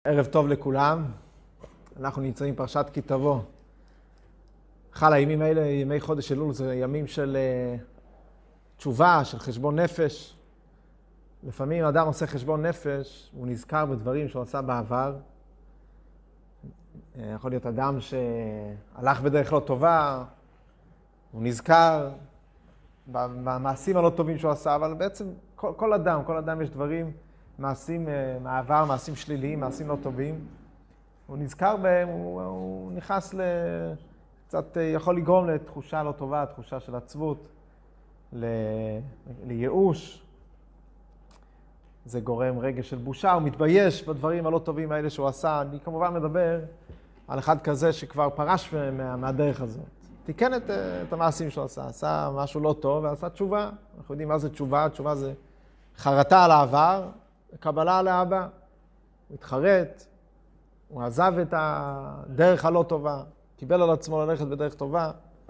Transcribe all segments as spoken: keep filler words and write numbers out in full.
ערב טוב לכולם. אנחנו נמצאים פרשת כי תבוא. חל הימים האלה, ימי חודש אלול, זה ימים של uh, תשובה, של חשבון נפש. לפעמים אדם עושה חשבון נפש, הוא נזכר בדברים שהוא עשה בעבר. Uh, יכול להיות אדם שהלך בדרך לא טובה, הוא נזכר במעשים הלא טובים שהוא עשה, אבל בעצם כל, כל אדם, כל אדם יש דברים, מעשים uh, מהעבר, מעשים שליליים, מעשים לא טובים. הוא נזכר בהם, הוא, הוא נכנס ל... קצת יכול לגרום לתחושה לא טובה, תחושה של עצבות, ל... לייאוש. זה גורם רגש של בושה, הוא מתבייש בדברים הלא טובים האלה שהוא עשה. אני כמובן מדבר על אחד כזה שכבר פרש מה... מהדרך הזאת. תיקן את, את המעשים שהוא עשה, עשה משהו לא טוב ועשה תשובה. אנחנו יודעים מה זה תשובה, תשובה זה חרטה על העבר, קבלה על הבא. הוא התחרט, הוא עזב את הדרך הלא טובה, קיבל על עצמו ללכת בדרך טובה.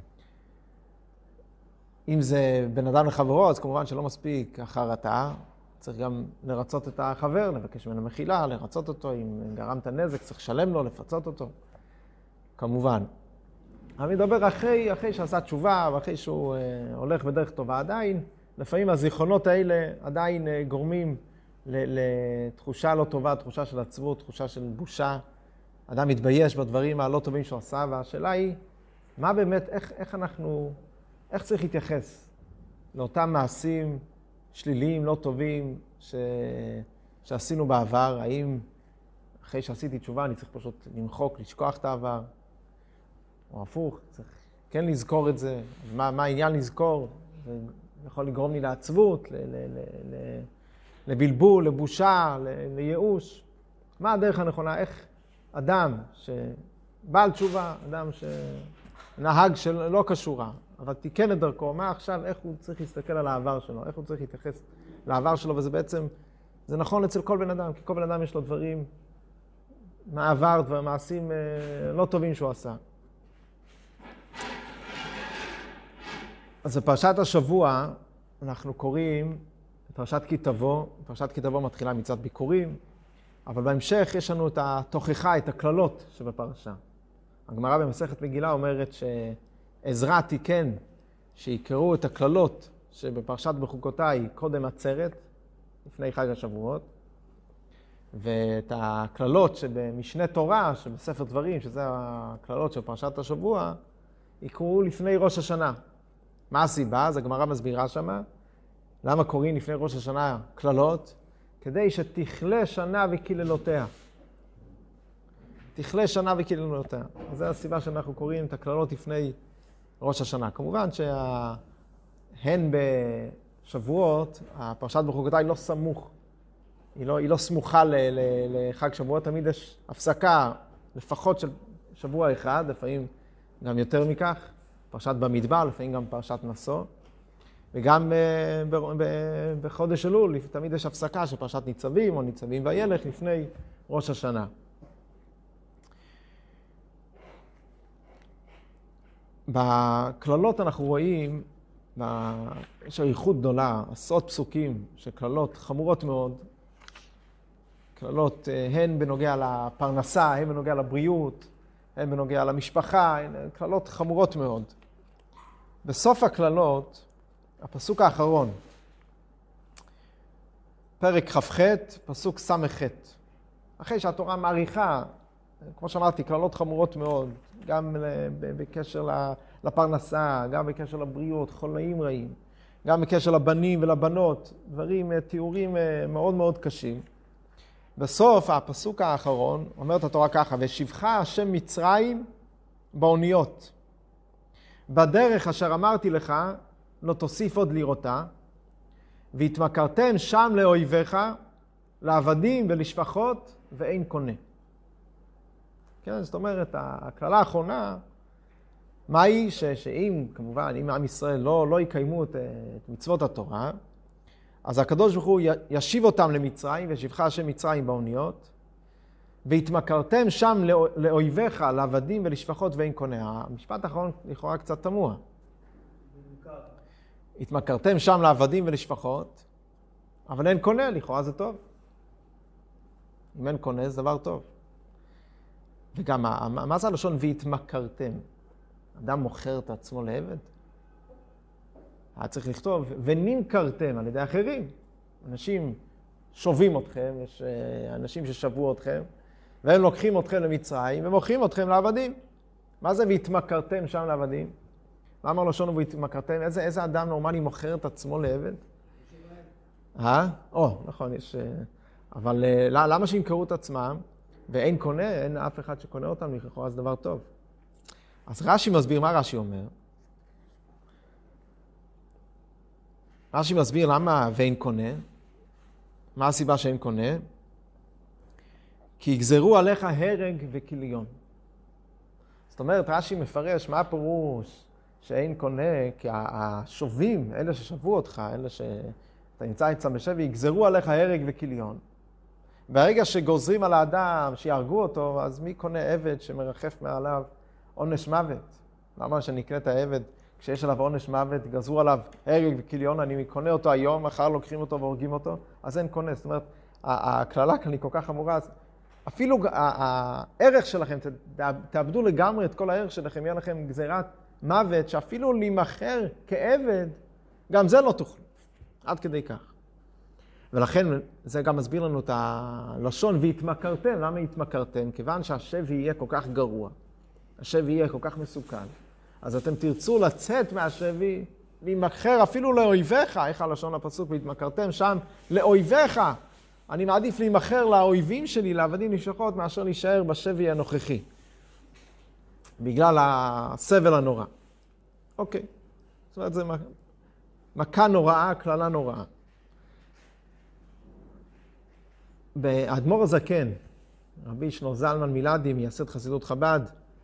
אם זה בן אדם לחברו, אז כמובן שלא מספיק החרטה. צריך גם לרצות את החבר, לבקש ממנו מחילה, לרצות אותו. אם גרמת נזק, צריך לשלם לו, לפצות אותו. כמובן. אני מדבר אחרי, אחרי שעשה תשובה, ואחרי שהוא אה, הולך בדרך טובה עדיין. לפעמים הזיכרונות האלה עדיין אה, גורמים לתחושה לא טובה, תחושה של עצבות, תחושה של בושה. אדם מתבייש בדברים הלא טובים שהוא עשה, והשאלה היא, מה באמת, איך, איך אנחנו, איך צריך להתייחס לאותם מעשים שליליים, לא טובים, ש, שעשינו בעבר? האם אחרי שעשיתי תשובה אני צריך פשוט למחוק, לשכוח את העבר? או הפוך, צריך כן לזכור את זה. מה, מה העניין לזכור? זה יכול לגרום לי לעצבות, ל, ל, ל, ל, לבלבול, לבושה, ל, לייאוש. מה הדרך הנכונה? איך אדם שבעל תשובה, אדם שנהג שלא קשורה, אבל תיקן את דרכו, מה עכשיו, איך הוא צריך להסתכל על העבר שלו, איך הוא צריך להתייחס לעבר שלו, וזה בעצם, זה נכון אצל כל בן אדם, כי כל בן אדם יש לו דברים מהעבר, ומעשים לא טובים שהוא עשה. אז בפרשת השבוע אנחנו קוראים פרשת כי תבוא. פרשת כי תבוא מתחילה מצד ביקורים, אבל בהמשך יש לנו את התוכחה, את הכללות שבפרשה. הגמרא במסכת מגילה אומרת שעזרא תיקן שיקראו את הכללות שבפרשת בחוקותיי קודם עצרת, לפני חג השבועות, ואת הכללות שבמשנה תורה, שבספר דברים, שזה הכללות של פרשת השבוע, יקראו לפני ראש השנה. מה הסיבה? אז הגמרא מסבירה שמה. למה קוראים לפני ראש השנה כללות? כדי שתכלה שנה וקללותיה. תכלה שנה וקללותיה. זו הסיבה שאנחנו קוראים את הכללות לפני ראש השנה. כמובן שהן בשבועות, הפרשת בחוקותיי לא סמוך. היא לא, היא לא סמוכה ל, ל, לחג שבועות. תמיד יש הפסקה לפחות של שבוע אחד, לפעמים גם יותר מכך. פרשת במדבר, לפעמים גם פרשת נשוא. וגם בחודש אלול, תמיד יש הפסקה של פרשת ניצבים או ניצבים וילך לפני ראש השנה. בכללות אנחנו רואים, יש ייחוד גדולה, עשרות פסוקים של כללות חמורות מאוד. כללות הן בנוגע לפרנסה, הן בנוגע לבריאות, הן בנוגע למשפחה, כללות חמורות מאוד. בסוף הכללות, הפסוק האחרון, פרק כ"ח, פסוק ס"ח. אחרי שהתורה מעריכה, כמו שאמרתי, כללות חמורות מאוד, גם בקשר לפרנסה, גם בקשר לבריאות, חולאים רעים, גם בקשר לבנים ולבנות, דברים, תיאורים מאוד מאוד קשים. בסוף הפסוק האחרון, אומרת התורה ככה, ושבך השם מצרים באוניות. בדרך אשר אמרתי לך, לא תוסיף עוד לראותה, והתמכרתם שם לאויביך, לעבדים ולשפחות, ואין קונה. כן, זאת אומרת, הכללה האחרונה, מה היא? ש, שאם, כמובן, אם עם ישראל לא, לא יקיימו את, את מצוות התורה, אז הקדוש ברוך הוא ישיב אותם למצרים, ושבך השם מצרים באוניות, והתמכרתם שם לאויביך, לעבדים ולשפחות, ואין קונה. המשפט האחרון לכאורה קצת תמוה. התמכרתם שם לעבדים ולשפחות, אבל אין קונה, לכאורה זה טוב. אם אין קונה זה דבר טוב. וגם, מה זה הלשון והתמכרתם? אדם מוכר את עצמו לעבד? היה צריך לכתוב, ונמכרתם על ידי אחרים. אנשים שובים אתכם, יש אנשים ששבו אתכם, והם לוקחים אתכם למצרים, ומוכרים אתכם לעבדים. מה זה והתמכרתם שם לעבדים? מה אמר לשון והתמכרתם? איזה, איזה אדם נורמלי מוכר את עצמו לעבד? אה? או, נכון, יש... אבל למה שימכרו את עצמם, ואין קונה, אין אף אחד שקונה אותם, לכאורה זה דבר טוב. אז רש"י מסביר, מה רש"י אומר? רש"י מסביר למה ואין קונה. מה הסיבה שאין קונה? כי יגזרו עליך הרג וכיליון. זאת אומרת, רש"י מפרש, מה הפירוש שאין קונה? כי השובים, אלה ששבו אותך, אלה שאתה נמצא אצלם בשבי, יגזרו עליך הרג וכיליון. ברגע שגוזרים על האדם, שיהרגו אותו, אז מי קונה עבד שמרחף מעליו עונש מוות? למה שנקנה את העבד, כשיש עליו עונש מוות, גזרו עליו הרג וכיליון, אני קונה אותו היום, מחר לוקחים אותו והורגים אותו, אז אין קונה. זאת אומרת, הכללה כאן היא כל כך חמורה, אפילו הערך שלכם, תאבדו לגמרי את כל הערך שלכם, יהיה לכם גזירת מוות, שאפילו להימכר כעבד, גם זה לא תוכלו. עד כדי כך. ולכן זה גם מסביר לנו את הלשון, והתמכרתם. למה התמכרתם? כיוון שהשבי יהיה כל כך גרוע, השבי יהיה כל כך מסוכן, אז אתם תרצו לצאת מהשבי, להימכר אפילו לאויביך, איך הלשון הפסוק, והתמכרתם שם לאויביך. אני מעדיף להימכר לאויבים שלי, לעבדים נשכות, מאשר להישאר בשבי הנוכחי. בגלל הסבל הנורא. אוקיי. זאת אומרת, זה מכה נוראה, כללה נוראה. באדמו"ר הזקן, רבי שלמה זלמן מילדי, מייסד חסידות חב"ד,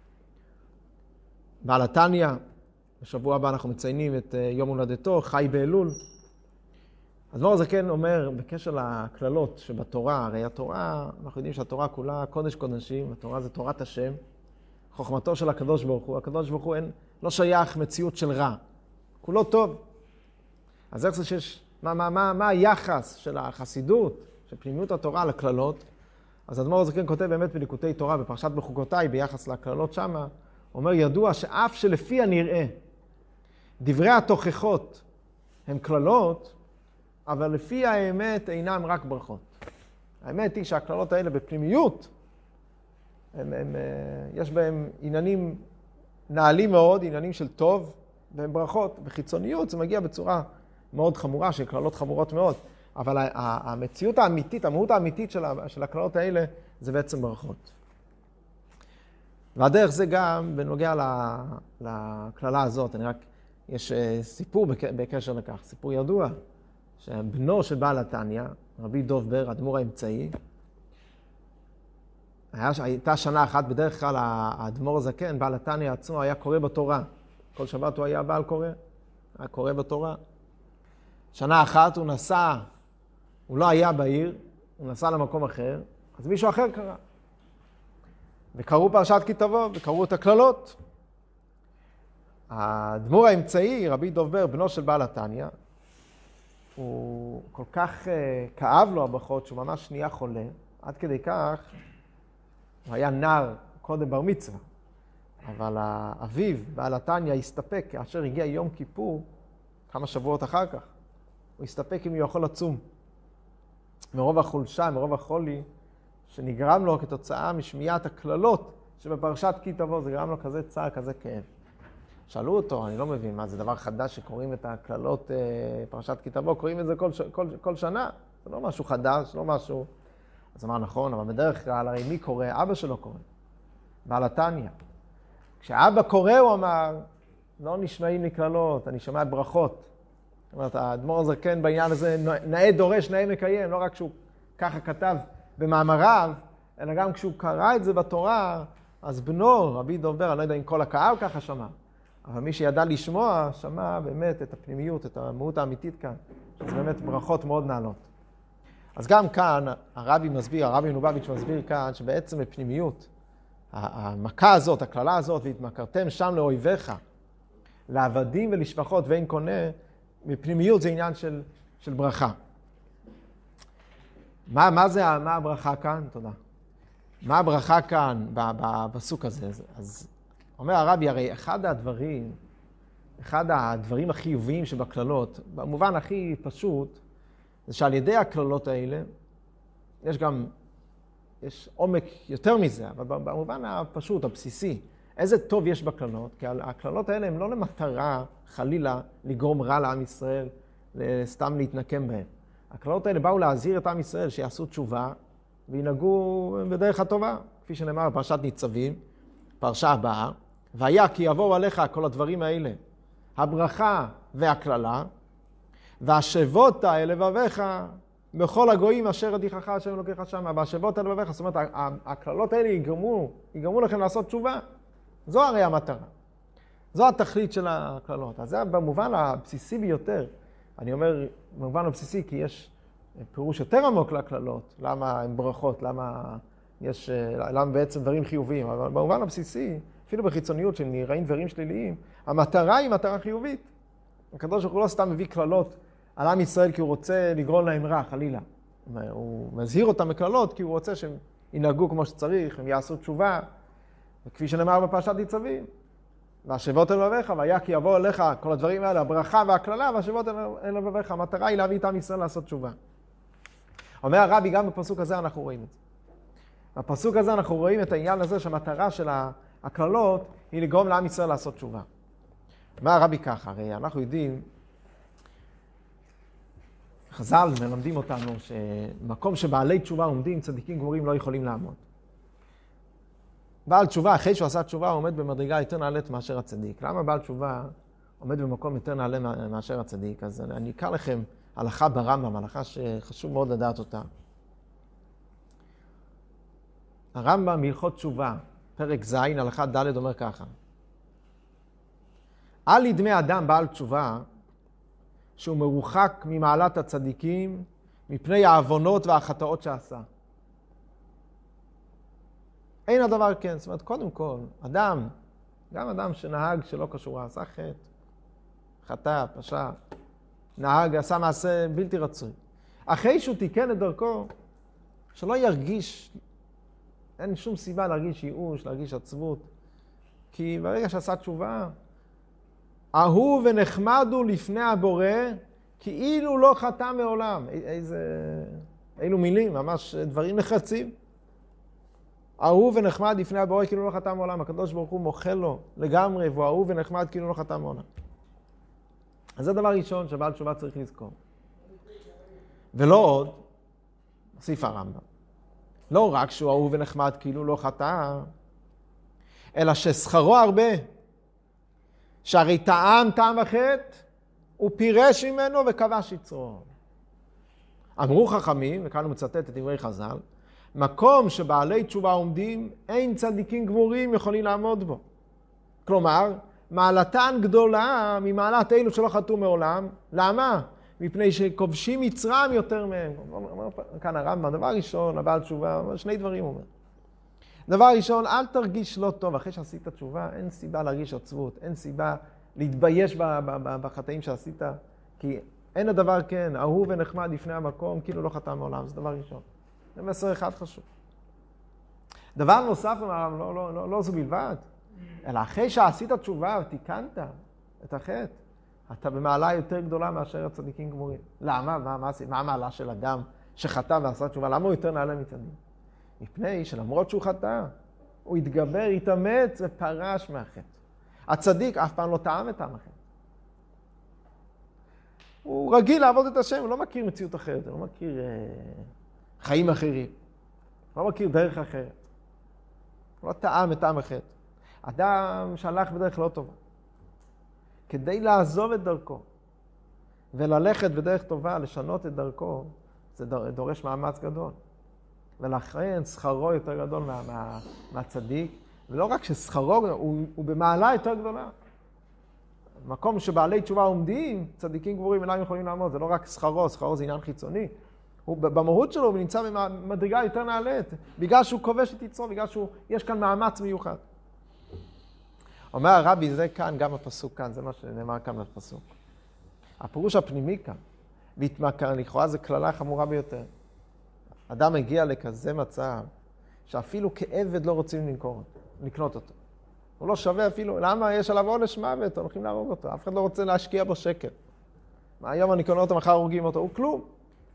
בעל התניא, בשבוע הבא אנחנו מציינים את יום הולדתו, חי באלול. אדמו"ר הזקן אומר, בקשר לכללות שבתורה, הרי התורה, אנחנו יודעים שהתורה כולה קודש קודשים, התורה זה תורת השם, חוכמתו של הקדוש ברוך הוא. הקדוש ברוך הוא אין, לא שייך מציאות של רע, כולו טוב. אז איך זה שיש, מה, מה, מה, מה היחס של החסידות, של פנימיות התורה לכללות? אז אדמו"ר הזקן כותב באמת בליקוטי תורה, בפרשת בחוקותיי, ביחס לכללות שמה, אומר, ידוע שאף שלפי הנראה, דברי התוכחות הם כללות, אבל לפי האמת אינם רק ברכות. האמת היא שהכללות האלה בפנימיות, הם, הם, יש בהם עניינים נעלים מאוד, עניינים של טוב, והם ברכות. בחיצוניות זה מגיע בצורה מאוד חמורה, של כללות חמורות מאוד. אבל המציאות האמיתית, המהות האמיתית של הכללות האלה, זה בעצם ברכות. והדרך זה גם בנוגע לכללה הזאת. אני רק, יש סיפור בקשר לכך, סיפור ידוע, שבנו של בעל התניא, רבי דוב בר, האדמו"ר האמצעי, הייתה שנה אחת, בדרך כלל האדמו"ר הזקן, בעל התניא עצמו, היה קורא בתורה. כל שבת הוא היה בעל קורא, היה קורא בתורה. שנה אחת הוא נסע, הוא לא היה בעיר, הוא נסע למקום אחר, אז מישהו אחר קרא. וקראו פרשת כי תבוא, וקראו את הכללות. האדמו"ר האמצעי, רבי דוב בר, בנו של בעל התניא, הוא כל כך uh, כאב לו הברכות, שהוא ממש נהיה חולה, עד כדי כך, הוא היה נער קודם בר מצווה, אבל האביו, בעל התניא, הסתפק, כאשר הגיע יום כיפור, כמה שבועות אחר כך, הוא הסתפק אם הוא יכול לצום. מרוב החולשה, מרוב החולי, שנגרם לו כתוצאה משמיעת הכללות, שבפרשת כי תבוא, זה גרם לו כזה צער, כזה כאב. שאלו אותו, אני לא מבין, מה זה דבר חדש שקוראים את הכללות פרשת כי תבוא, קוראים את זה כל, כל, כל שנה, זה לא משהו חדש, לא משהו. אז אמר, נכון, אבל בדרך כלל, הרי מי קורא? אבא שלו קורא, בעל התניא. כשאבא קורא, הוא אמר, לא נשמעים לי כללות, אני שומע ברכות. זאת אומרת, האדמו"ר הזקן בעניין הזה, נאה דורש, נאה מקיים, לא רק שהוא ככה כתב במאמריו, אלא גם כשהוא קרא את זה בתורה, אז בנו, רבי דוב בר, אני לא יודע אם כל הקהל ככה שמע, אבל מי שידע לשמוע, שמע באמת את הפנימיות, את המהות האמיתית כאן, שזה באמת ברכות מאוד נעלות. אז גם כאן, הרבי מסביר, הרבי מלובביץ' מסביר כאן, שבעצם בפנימיות, המכה הזאת, הכללה הזאת, והתמכרתם שם לאויביך, לעבדים ולשפחות ואין קונה, בפנימיות זה עניין של, של ברכה. מה, מה זה, מה הברכה כאן? תודה. מה הברכה כאן בפסוק הזה? אז אומר הרבי, הרי אחד הדברים, אחד הדברים החיוביים שבכללות, במובן הכי פשוט, זה שעל ידי הכללות האלה, יש גם, יש עומק יותר מזה, אבל במובן הפשוט, הבסיסי, איזה טוב יש בכללות, כי הכללות האלה הן לא למטרה, חלילה, לגרום רע לעם ישראל, סתם להתנקם בהם. הכללות האלה באו להזהיר את עם ישראל שיעשו תשובה, וינהגו בדרך הטובה, כפי שנאמר בפרשת ניצבים, פרשה הבאה, והיה כי יבואו עליך כל הדברים האלה, הברכה והכללה, והשבות אל לבביך בכל הגויים אשר ידיחך השם אלוקיך שמה, והשבות אל לבביך, זאת אומרת, הכללות האלה יגרמו, יגרמו לכם לעשות תשובה. זו הרי המטרה. זו התכלית של הכללות. אז זה במובן הבסיסי ביותר. אני אומר במובן הבסיסי כי יש פירוש יותר עמוק לכללות, למה הן ברכות, למה יש, למה בעצם דברים חיוביים. אבל במובן הבסיסי, אפילו בחיצוניות שנראים דברים שליליים, המטרה היא מטרה חיובית. הקדוש ברוך הוא לא סתם מביא כללות על עם ישראל כי הוא רוצה לגרום להם רע, חלילה. הוא מזהיר אותם מכללות כי הוא רוצה שהם ינהגו כמו שצריך, הם יעשו תשובה. וכפי שנאמר בפרשת ניצבים, והשבות אל לבביך, והיה כי יבוא אליך כל הדברים האלה, הברכה והכללה, והשבות אל לבביך. המטרה היא להביא את עם ישראל לעשות תשובה. אומר הרבי, גם בפסוק הזה אנחנו רואים את זה. בפסוק הזה אנחנו רואים את העניין הזה שהמטרה של הכללות היא לגרום לעם ישראל לעשות תשובה. אומר הרבי ככה, הרי אנחנו יודעים, חז"ל מלמדים אותנו שמקום שבעלי תשובה עומדים, צדיקים גמורים לא יכולים לעמוד. בעל תשובה, אחרי שהוא עשה תשובה, הוא עומד במדרגה יותר נעלית מאשר הצדיק. למה בעל תשובה עומד במקום יותר נעלה מאשר הצדיק? אז אני אקרא לכם הלכה ברמב"ם, הלכה שחשוב מאוד לדעת אותה. הרמב"ם בהלכות תשובה, פרק ז', הלכה ד' אומר ככה. אל ידמה אדם בעל תשובה שהוא מרוחק ממעלת הצדיקים מפני העוונות והחטאות שעשה. אין הדבר כן. זאת אומרת, קודם כל, אדם, גם אדם שנהג שלא קשור, עשה חטא, חטא, פשע, נהג, עשה מעשה בלתי רצוי. אחרי שהוא תיקן את דרכו, שלא ירגיש, אין שום סיבה להרגיש ייאוש, להרגיש עצבות. כי ברגע שעשה תשובה, אהוב ונחמד הוא לפני הבורא, כאילו לא חטא מעולם. איזה, אילו מילים, ממש דברים נחרצים. אהוב ונחמד לפני הבורא כאילו לא חטא מעולם. הקדוש ברוך הוא מוחל לו לגמרי, והוא אהוב ונחמד כאילו לא חטא מעולם. אז זה דבר ראשון שבעל תשובה צריך לזכור. ולא עוד, הוסיף הרמב"ם, לא רק שהוא אהוב ונחמד כאילו לא חטא, אלא ששכרו הרבה. שהרי טעם טעם החטא, הוא פירש ממנו וכבש יצרו. אמרו חכמים, וכאן הוא מצטט את דברי חז"ל, מקום שבעלי תשובה עומדים, אין צדיקים גמורים יכולים לעמוד בו. כלומר, מעלתן גדולה ממעלת אלו שלא חטאו מעולם. למה? מפני שכובשים יצרם יותר מהם. אומר כאן הרמב"ם, דבר ראשון, הבעל תשובה, שני דברים אומר. דבר ראשון, אל תרגיש לא טוב. אחרי שעשית תשובה, אין סיבה להרגיש עצבות, אין סיבה להתבייש בחטאים שעשית, כי אין הדבר כן, אהוב ונחמד לפני המקום, כאילו לא חטא מעולם. זה דבר ראשון. זה מסר אחד חשוב. דבר נוסף, לא, לא, לא, לא זו בלבד, אלא אחרי שעשית תשובה ותיקנת את החטא, אתה במעלה יותר גדולה מאשר הצדיקים גמורים. למה? מה, מה, מה המעלה של אדם שחטא ועשה תשובה? למה הוא יותר נעלה מצדיק? מפני שלמרות שהוא חטא, הוא התגבר, התאמץ ופרש מהחטא. הצדיק אף פעם לא טעם את טעם החטא. הוא רגיל לעבוד את השם, הוא לא מכיר מציאות אחרת, הוא לא מכיר אה, חיים אחרים, הוא לא מכיר דרך אחרת. הוא לא טעם את טעם החטא. אדם שהלך בדרך לא טובה. כדי לעזוב את דרכו וללכת בדרך טובה, לשנות את דרכו, זה דורש מאמץ גדול. ולכן שכרו יותר גדול מה, מה, מהצדיק, ולא רק ששכרו, הוא, הוא במעלה יותר גדולה. מקום שבעלי תשובה עומדים, צדיקים גמורים אינם יכולים לעמוד, זה לא רק שכרו, שכרו זה עניין חיצוני. הוא, במהות שלו הוא נמצא במדרגה יותר נעלית, בגלל שהוא כובש את יצרו, בגלל שיש כאן מאמץ מיוחד. אומר הרבי, זה כאן, גם הפסוק כאן, זה מה שנאמר כאן בפסוק. הפירוש הפנימי כאן, והתמכר, לכאורה זה כללה חמורה ביותר. אדם מגיע לכזה מצב, שאפילו כעבד לא רוצים למכור, לקנות אותו. הוא לא שווה אפילו, למה יש עליו עונש מוות, הולכים להרוג אותו, אף אחד לא רוצה להשקיע בו שקל. היום אני קונה אותו, מחר הורגים אותו, הוא כלום.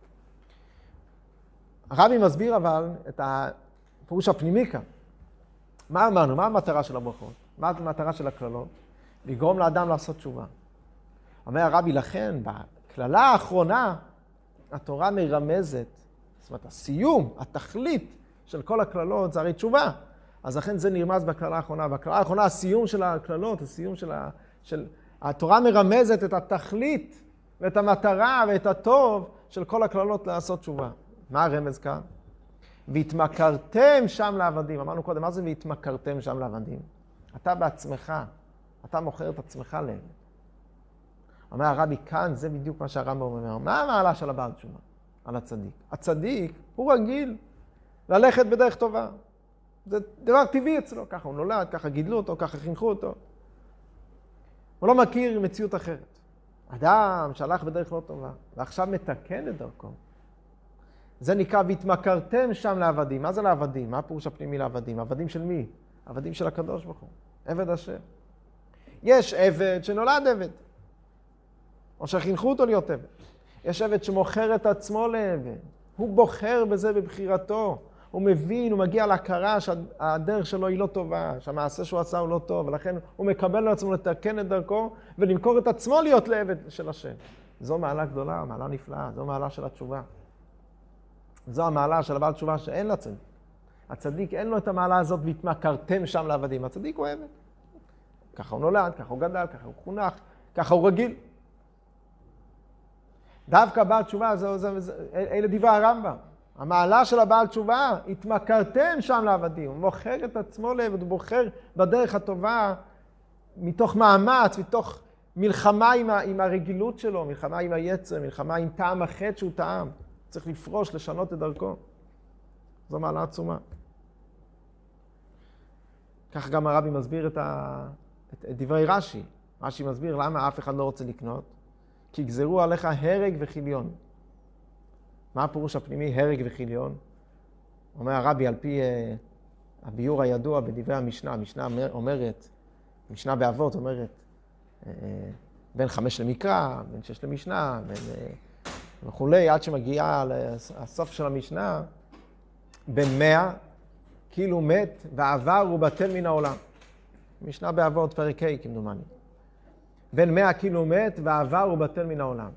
הרבי מסביר אבל את הפירוש הפנימי כאן. מה אמרנו? מה המטרה של הברכות? מה המטרה של הכללות? לגרום לאדם לעשות תשובה. אומר הרבי, לכן, בכללה האחרונה, התורה מרמזת, זאת אומרת, הסיום, התכלית של כל הכללות, זה הרי תשובה. אז לכן זה נרמז בכללה האחרונה. בכללה האחרונה, הסיום של הכללות, הסיום של ה... של... התורה מרמזת את התכלית ואת המטרה ואת הטוב של כל הכללות לעשות תשובה. מה הרמז כאן? והתמכרתם שם לעבדים. אמרנו קודם, מה זה והתמכרתם שם לעבדים? אתה בעצמך, אתה מוכר את עצמך לעבד. אומר הרבי, כאן זה בדיוק מה שהרמב"ם אומר. מה המעלה של הבעל תשובה? על הצדיק. הצדיק הוא רגיל ללכת בדרך טובה. זה דבר טבעי אצלו. ככה הוא נולד, ככה גידלו אותו, ככה חינכו אותו. הוא לא מכיר מציאות אחרת. אדם שהלך בדרך לא טובה, ועכשיו מתקן את דרכו. זה נקרא, והתמכרתם שם לעבדים. מה זה לעבדים? מה הפירוש הפנימי לעבדים? עבדים של מי? עבדים של הקדוש ברוך הוא. עבד השם. יש עבד שנולד עבד. או שחינכו אותו להיות עבד. יש עבד שמוכר את עצמו לעבד. הוא בוחר בזה בבחירתו. הוא מבין, הוא מגיע להכרה שהדרך שלו היא לא טובה, שהמעשה שהוא עשה הוא לא טוב, ולכן הוא מקבל לעצמו לתקן את דרכו ולמכור את עצמו להיות לעבד של השם. זו מעלה גדולה, מעלה נפלאה, זו מעלה של התשובה. זו המעלה של הבעל תשובה שאין לצדיק. הצדיק אין לו את המעלה הזאת והתמכרתם שם לעבדים. הצדיק הוא עבד. ככה הוא נולד, ככה הוא גדל, ככה הוא חונך, ככה הוא רגיל. דווקא בעל תשובה, זה, זה, זה, אלה דברי הרמב"ם. המעלה של הבעל תשובה, התמכרתם שם לעבדים. הוא מוכר את עצמו לעבד, הוא בוחר בדרך הטובה, מתוך מאמץ, מתוך מלחמה עם, ה, עם הרגילות שלו, מלחמה עם היצר, מלחמה עם טעם החטא שהוא טעם. צריך לפרוש, לשנות את דרכו. זו מעלה עצומה. כך גם הרבי מסביר את, ה... את, את דברי רש"י. רש"י מסביר למה אף אחד לא רוצה לקנות. כי גזרו עליך הרג וחיליון. מה הפירוש הפנימי הרג וחיליון? אומר הרבי על פי uh, הביור הידוע בדברי המשנה. המשנה אומר, אומרת, משנה באבות אומרת, uh, בין חמש למקרא, בין שש למשנה, בין... Uh, וכולי, עד שמגיעה לסוף של המשנה, בין מאה, כאילו מת ועבר ובטל מן העולם. משנה באבות פרק ה' כמדומני. בין מאה כאילו מת ועבר ובטל מן העולם.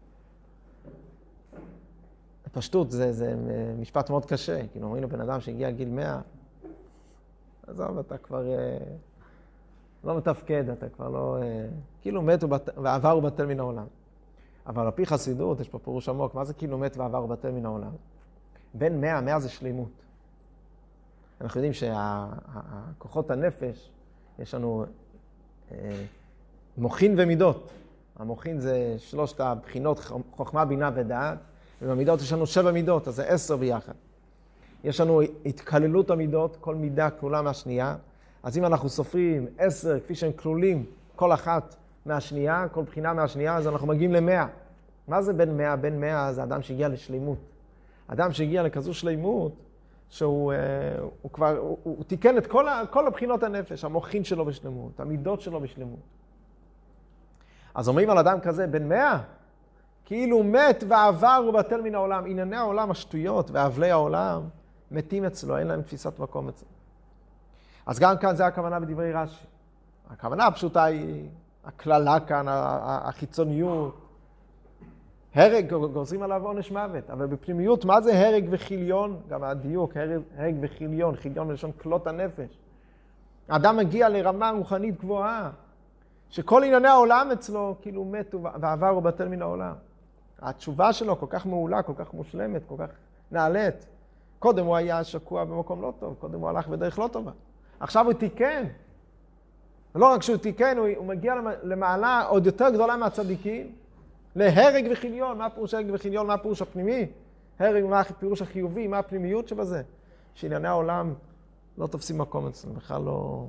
פשטות, זה, זה משפט מאוד קשה. כאילו אומרים לבן אדם שהגיע גיל מאה, עזוב, אתה כבר אה, לא מתפקד, אתה כבר לא... אה, כאילו מת ובת, ועבר ובטל מן העולם. אבל על פי חסידות, יש פה פירוש עמוק, מה זה כאילו מת ועבר ובטל מן העולם? בין מאה, מאה זה שלימות. אנחנו יודעים שהכוחות הנפש, יש לנו אה, מוחין ומידות. המוחין זה שלושת הבחינות, חוכמה, בינה ודעת, ובמידות יש לנו שבע מידות, אז זה עשר ביחד. יש לנו התכללות המידות, כל מידה כלולה מהשנייה. אז אם אנחנו סופרים עשר, כפי שהם כלולים, כל אחת מהשנייה, כל בחינה מהשנייה, אז אנחנו מגיעים למאה. מה זה בין מאה? בין מאה זה אדם שהגיע לשלימות. אדם שהגיע לכזו שלימות, שהוא הוא כבר, הוא, הוא תיקן את כל, כל הבחינות הנפש, המוחין שלו בשלמות, המידות שלו בשלמות. אז אומרים על אדם כזה, בין מאה, כאילו מת ועבר ובטל מן העולם. ענייני העולם, השטויות והאבלי העולם, מתים אצלו, אין להם תפיסת מקום אצלו. אז גם כאן זה הכוונה בדברי רש"י. הכוונה הפשוטה היא, הכללה כאן, החיצוניות. הרג, גוזרים עליו עונש מוות, אבל בפנימיות, מה זה הרג וחיליון? גם הדיוק, הרג, הרג וחיליון, חיליון מלשון כלות הנפש. האדם מגיע לרמה רוחנית גבוהה, שכל ענייני העולם אצלו כאילו מתו ועבר ובטל מן העולם. התשובה שלו כל כך מעולה, כל כך מושלמת, כל כך נעלית. קודם הוא היה שקוע במקום לא טוב, קודם הוא הלך בדרך לא טובה. עכשיו הוא תיקן. ולא רק שהוא תיקן, הוא, הוא מגיע למעלה עוד יותר גדולה מהצדיקים, להרג וחיליון. מה הפירוש הרג וחיליון? מה הפירוש הפנימי? הרג, מה הפירוש החיובי? מה הפנימיות שבזה? שענייני העולם לא תופסים מקום אצלנו, בכלל לא...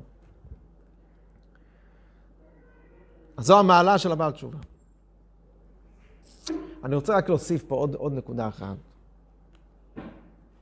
אז זו המעלה של הבעל תשובה. אני רוצה רק להוסיף פה עוד, עוד נקודה אחת.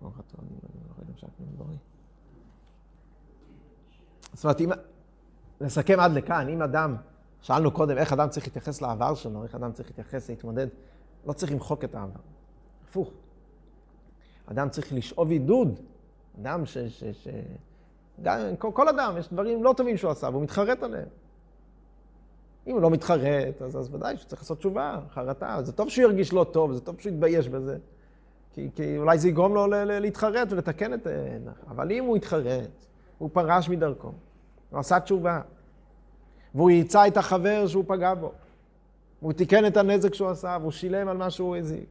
זאת אומרת, אם... נסכם עד לכאן, אם אדם, שאלנו קודם איך אדם צריך להתייחס לעבר שלו, איך אדם צריך להתייחס, להתמודד, לא צריך למחוק את העבר. הפוך. אדם צריך לשאוב עידוד. אדם ש... ש, ש... גם, כל, כל אדם, יש דברים לא טובים שהוא עשה, והוא מתחרט עליהם. אם הוא לא מתחרט, אז, אז ודאי שהוא צריך לעשות תשובה, חרטה. זה טוב שהוא ירגיש לא טוב, זה טוב שהוא יתבייש בזה. כי, כי אולי זה יגרום לו ל, ל, להתחרט ולתקן את... אבל אם הוא יתחרט, הוא פרש מדרכו, הוא עשה תשובה, והוא ייצא את החבר שהוא פגע בו, והוא תיקן את הנזק שהוא עשה, והוא שילם על מה שהוא הזיק.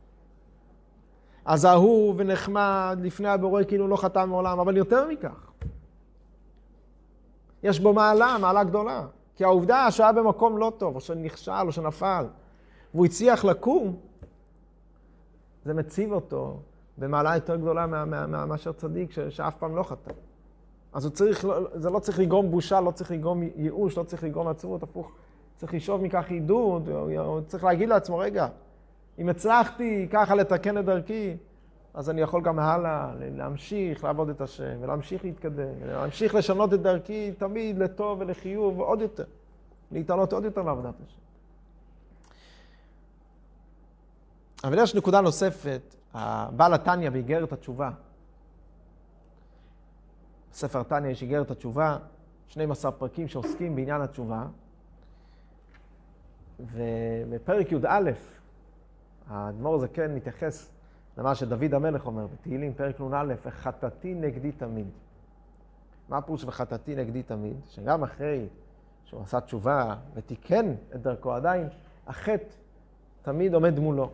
אז אהוב ונחמד לפני הבורא כאילו לא חטא מעולם, אבל יותר מכך. יש בו מעלה, מעלה גדולה. כי העובדה שהיה במקום לא טוב, או שנכשל, או שנפל, והוא הצליח לקום, זה מציב אותו במעלה יותר גדולה מאשר צדיק שאף פעם לא חטא. אז הוא צריך, זה לא צריך לגרום בושה, לא צריך לגרום ייאוש, לא צריך לגרום עצבות, הפוך. צריך לשאוב מכך עידוד, הוא צריך להגיד לעצמו, רגע, אם הצלחתי ככה לתקן את דרכי, אז אני יכול גם הלאה להמשיך לעבוד את השם, ולהמשיך להתקדם, ולהמשיך לשנות את דרכי תמיד לטוב ולחיוב, ועוד יותר, להתעלות עוד יותר בעבודת השם. אבל יש נקודה נוספת, בעל התניא באיגרת התשובה. בספר התניא יש איגרת התשובה, שנים עשר פרקים שעוסקים בעניין התשובה, ובפרק י"א, האדמו"ר זקן מתייחס למה שדוד המלך אומר בתהילים, פרק נ"א, וחטאתי נגדי תמיד. מה הפירוש וחטאתי נגדי תמיד? שגם אחרי שהוא עשה תשובה ותיקן את דרכו עדיין, החטא תמיד עומד מולו.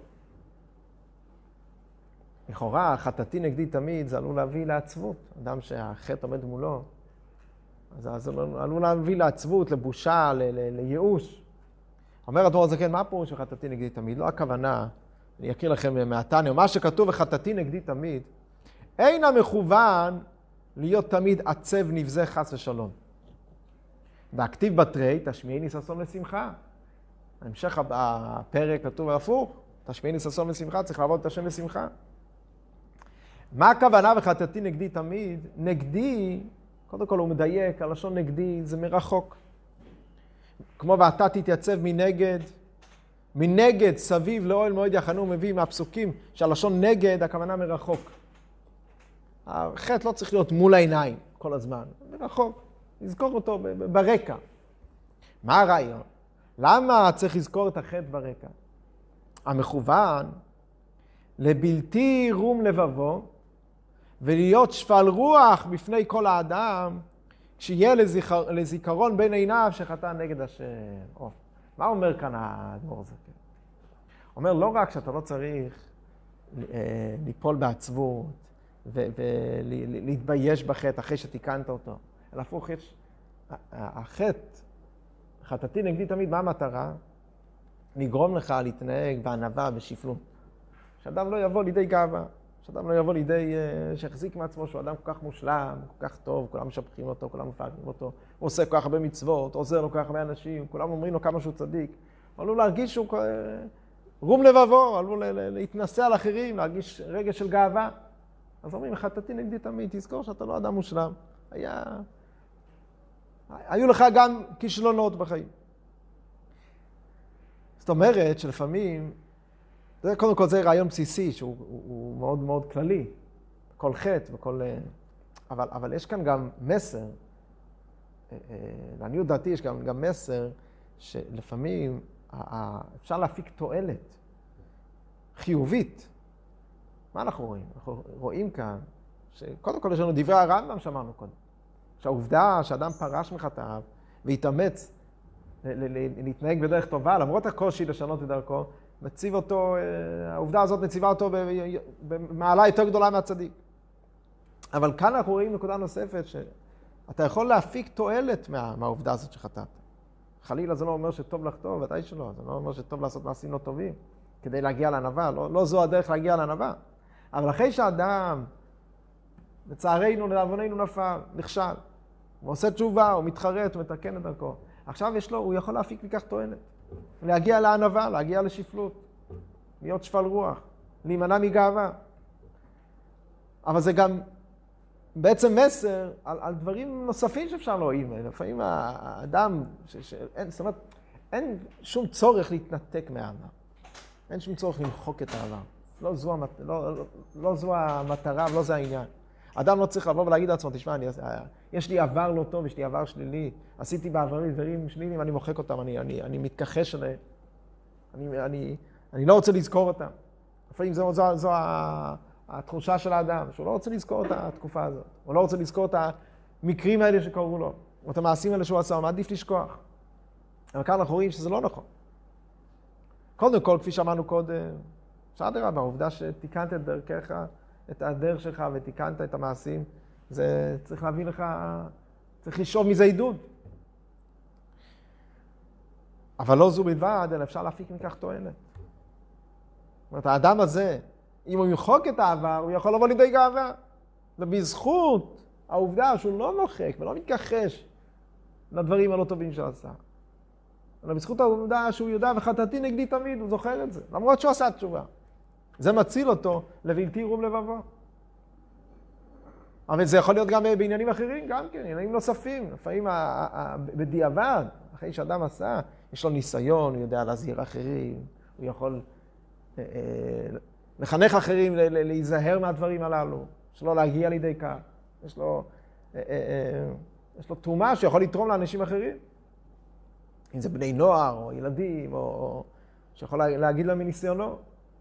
לכאורה, חטאתי נגדי תמיד, זה עלול להביא לעצבות. אדם שהחטא עומד מולו, אז זה עלול להביא לעצבות, לבושה, ל- ל- לייאוש. אומר האדמו"ר הזקן, מה הפירוש וחטאתי נגדי תמיד? לא הכוונה, אני אקריא לכם מהתניא, מה שכתוב וחטאתי נגדי תמיד, אין המכוון להיות תמיד עצב נבזה חס ושלום. והכתיב בתרי, תשמיעיני ששון לשמחה. המשך הפרק כתוב הפוך, תשמיעיני ששון לשמחה, צריך לעבוד את השם לשמחה. מה הכוונה וחטאתי נגדי תמיד? נגדי, קודם כל הוא מדייק, הלשון נגדי זה מרחוק. כמו ואתה תתייצב מנגד, מנגד סביב לאוהל מועד יחנו, מביא מהפסוקים שהלשון נגד, הכוונה מרחוק. החטא לא צריך להיות מול העיניים כל הזמן, מרחוק, לזכור אותו ברקע. מה הרעיון? למה צריך לזכור את החטא ברקע? המכוון לבלתי רום לבבו, ולהיות שפל רוח בפני כל האדם, כשיהיה לזיכר, לזיכרון בין עיניו שחטא נגד השם. או, מה אומר כאן האדמו"ר זקן? אומר, לא רק שאתה לא צריך אה, ליפול בעצבות, ולהתבייש בחטא אחרי שתיקנת אותו, אלא הפוך, יש, החטא, חטאתי נגדי תמיד, מה המטרה? לגרום לך להתנהג בענווה, בשפלות. שאדם לא יבוא לידי גאווה, שאדם לא יבוא לידי, שיחזיק מעצמו שהוא אדם כל כך מושלם, כל כך טוב, כולם משבחים אותו, כולם מפארים אותו, הוא עושה כל כך הרבה מצוות, עוזר לו כל כך הרבה אנשים, כולם אומרים לו כמה שהוא צדיק. הוא עלול להרגיש שהוא רום לבבו, עלול להתנסה על אחרים, להרגיש רגש של גאווה. אז אומרים, חטאתי נגדי תמיד, תזכור שאתה לא אדם מושלם. היה... היו לך גם כישלונות בחיים. זאת אומרת שלפעמים, זה, קודם כל זה רעיון בסיסי שהוא הוא, הוא מאוד מאוד כללי, בכל חטא, בכל... אבל, אבל יש כאן גם מסר, לעניות דעתי יש גם, גם מסר שלפעמים אפשר להפיק תועלת חיובית. מה אנחנו רואים? אנחנו רואים כאן שקודם כל יש לנו דברי הרמב"ם שאמרנו קודם, שהעובדה שאדם פרש מחטאיו והתאמץ להתנהג בדרך טובה, למרות הקושי לשנות את דרכו, מציב אותו, העובדה הזאת מציבה אותו במעלה יותר גדולה מהצדיק. אבל כאן אנחנו רואים נקודה נוספת, שאתה יכול להפיק תועלת מה, מהעובדה הזאת שחטאת. חלילה זה לא אומר שטוב לחטוא, ודאי שלא, זה לא אומר שטוב לעשות מעשים לא טובים, כדי להגיע לענווה, לא, לא זו הדרך להגיע לענווה. אבל אחרי שאדם, לצערנו, לדאבוננו נפל, נכשל, הוא עושה תשובה, הוא מתחרט, הוא מתקן את דרכו. עכשיו יש לו, הוא יכול להפיק מכך תועלת. להגיע לענווה, להגיע לשפלות, להיות שפל רוח, להימנע מגאווה. אבל זה גם בעצם מסר על, על דברים נוספים שאפשר להועיל. לפעמים האדם, ש, ש, אין, זאת אומרת, אין שום צורך להתנתק מהעבר. אין שום צורך למחוק את העבר. לא זו, המת, לא, לא, לא זו המטרה ולא זה העניין. אדם לא צריך לבוא ולהגיד לעצמו, תשמע, אני, יש לי עבר לא טוב, יש לי עבר שלילי, עשיתי בעברי דברים שליליים, אני מוחק אותם, אני, אני, אני מתכחש אליהם. אני, אני, אני לא רוצה לזכור אותם. לפעמים זו, זו, זו התחושה של האדם, שהוא לא רוצה לזכור את התקופה הזאת. הוא לא רוצה לזכור את המקרים האלה שקוראו לו, או את המעשים האלה שהוא עשה, הוא מעדיף לשכוח. אבל כאן אנחנו רואים שזה לא נכון. קודם כל, כפי שאמרנו קודם, שאדרבה, בעובדה שתיקנת את דרכך, את הדרך שלך ותיקנת את המעשים, זה צריך להביא לך, צריך לשאוב מזה עידוד. אבל לא זו בלבד, אלא אפשר להפיק מכך תועלת. זאת אומרת, האדם הזה, אם הוא ימחוק את העבר, הוא יכול לבוא לידי גאווה. ובזכות העובדה שהוא לא מוחק ולא מתכחש לדברים הלא טובים שהוא עשה. אלא בזכות העובדה שהוא יודע וחטאתי נגדי תמיד, הוא זוכר את זה, למרות שהוא עשה תשובה. זה מציל אותו לבלתי ירום לבבו. אבל זה יכול להיות גם בעניינים אחרים, גם כן, עניינים נוספים. לפעמים בדיעבד, אחרי שאדם עשה, יש לו ניסיון, הוא יודע להזהיר אחרים, הוא יכול לחנך אחרים, להיזהר מהדברים הללו, שלא להגיע לידי כך. יש לו, יש לו תרומה שיכול לתרום לאנשים אחרים. אם זה בני נוער או ילדים, או שיכול להגיד להם מניסיונו.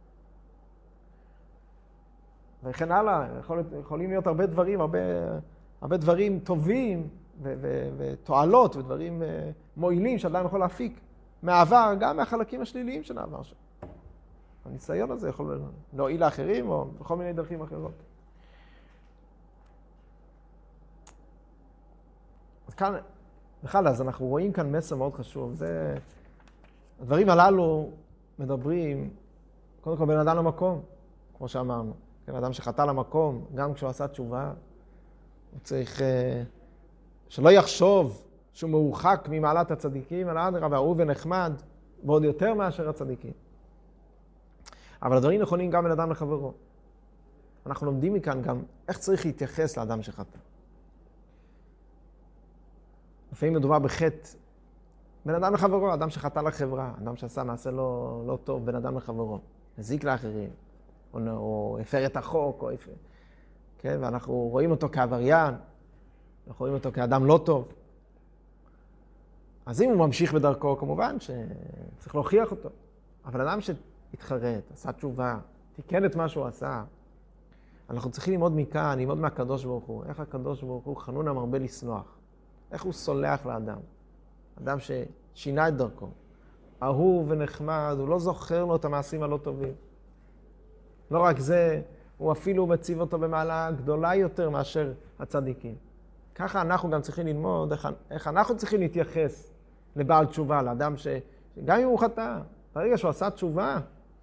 וכן הלאה, יכול, יכולים להיות הרבה דברים, הרבה, הרבה דברים טובים ו- ו- ותועלות ודברים מועילים שאדם יכול להפיק מהעבר, גם מהחלקים השליליים של העבר שלו. הניסיון הזה יכול להועיל לאחרים או בכל מיני דרכים אחרות. אז כאן, בכלל, אז אנחנו רואים כאן מסר מאוד חשוב. זה, הדברים הללו מדברים, קודם כל בן אדם למקום, כמו שאמרנו. כן, אדם שחטא למקום, גם כשהוא עשה תשובה, הוא צריך שלא יחשוב שהוא מורחק ממעלת הצדיקים, אלא אדרבה, אהוב ונחמד, ועוד יותר מאשר הצדיקים. אבל הדברים נכונים גם בין אדם לחברו. אנחנו לומדים מכאן גם איך צריך להתייחס לאדם שחטא. לפעמים מדובר בחטא בין אדם לחברו, אדם שחטא לחברה, אדם שעשה מעשה לא, לא טוב בין אדם לחברו, הזיק לאחרים. או, או הפר את החוק, או הפר. כן? ואנחנו רואים אותו כעבריין, אנחנו רואים אותו כאדם לא טוב. אז אם הוא ממשיך בדרכו, כמובן שצריך להוכיח אותו. אבל אדם שהתחרט, עשה תשובה, תיקן את מה שהוא עשה, אנחנו צריכים ללמוד מכאן, ללמוד מהקדוש ברוך הוא. איך הקדוש ברוך הוא חנון המרבה לסלוח. איך הוא סולח לאדם. אדם ששינה את דרכו. אהוב ונחמד, הוא לא זוכר לו את המעשים הלא טובים. לא רק זה, הוא אפילו מציב אותו במעלה גדולה יותר מאשר הצדיקים. ככה אנחנו גם צריכים ללמוד איך, איך אנחנו צריכים להתייחס לבעל תשובה, לאדם שגם אם הוא חטא, ברגע שהוא עשה תשובה,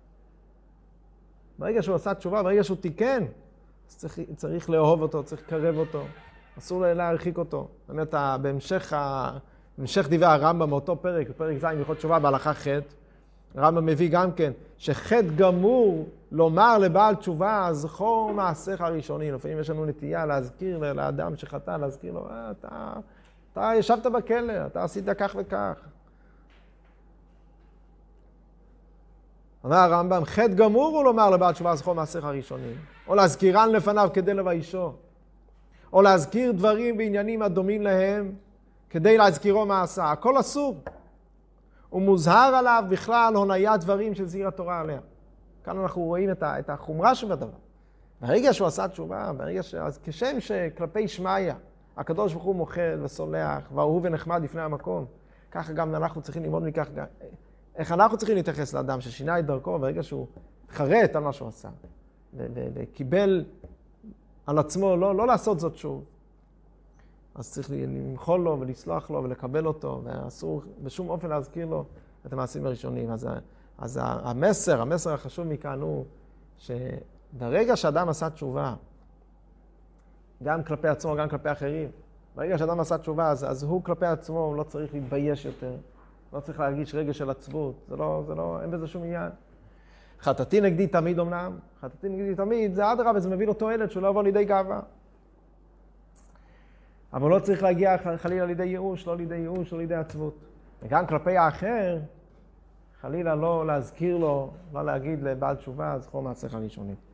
ברגע שהוא עשה תשובה, ברגע שהוא תיקן, אז צריך, צריך לאהוב אותו, צריך לקרב אותו, אסור להרחיק אותו. באמת, בהמשך, בהמשך דברי הרמב"ם מאותו פרק, בפרק ז' הלכות תשובה בהלכה ח', הרמב"ם מביא גם כן, שחטא גמור לומר לבעל תשובה, זכור מעשיך הראשונים. לפעמים יש לנו נטייה להזכיר לאדם שחטא, להזכיר לו, אה, אתה, אתה ישבת בכלא, אתה עשית כך וכך. אומר הרמב"ם, חטא גמור הוא לומר לבעל תשובה, זכור מעשיך הראשונים. או להזכירן לפניו כדי לביישו. או להזכיר דברים בעניינים הדומים להם, כדי להזכירו מה עשה. הכל אסור. הוא מוזהר עליו בכלל הוניית דברים של זהיר התורה עליה. כאן אנחנו רואים את החומרה שבדבר. ברגע שהוא עשה תשובה, ברגע ש... אז כשם שכלפי שמעיה, הקדוש ברוך הוא מוחל וסולח, ואהוב ונחמד לפני המקום, ככה גם אנחנו צריכים ללמוד מכך, איך אנחנו צריכים להתייחס לאדם ששינה את דרכו, ברגע שהוא חרט על מה שהוא עשה, וקיבל על עצמו לא, לא לעשות זאת שוב. אז צריך למחול לו ולסלוח לו ולקבל אותו, ואסור בשום אופן להזכיר לו את המעשים הראשונים. אז, אז המסר, המסר החשוב מכאן הוא שברגע שאדם עשה תשובה, גם כלפי עצמו, גם כלפי אחרים, ברגע שאדם עשה תשובה, אז, אז הוא כלפי עצמו, הוא לא צריך להתבייש יותר, לא צריך להרגיש רגע של עצבות, זה לא, זה לא, אין בזה שום עניין. חטאתי נגדי תמיד אמנם, חטאתי נגדי תמיד, זה אדרבה, זה מביא לו תועלת שהוא לא יבוא לידי גאווה. אבל לא צריך להגיע חלילה לידי ייאוש, לא לידי ייאוש, לא לידי עצבות. וגם כלפי האחר, חלילה לא להזכיר לו, לא להגיד לבעל תשובה, זכור מעשיך ראשונים.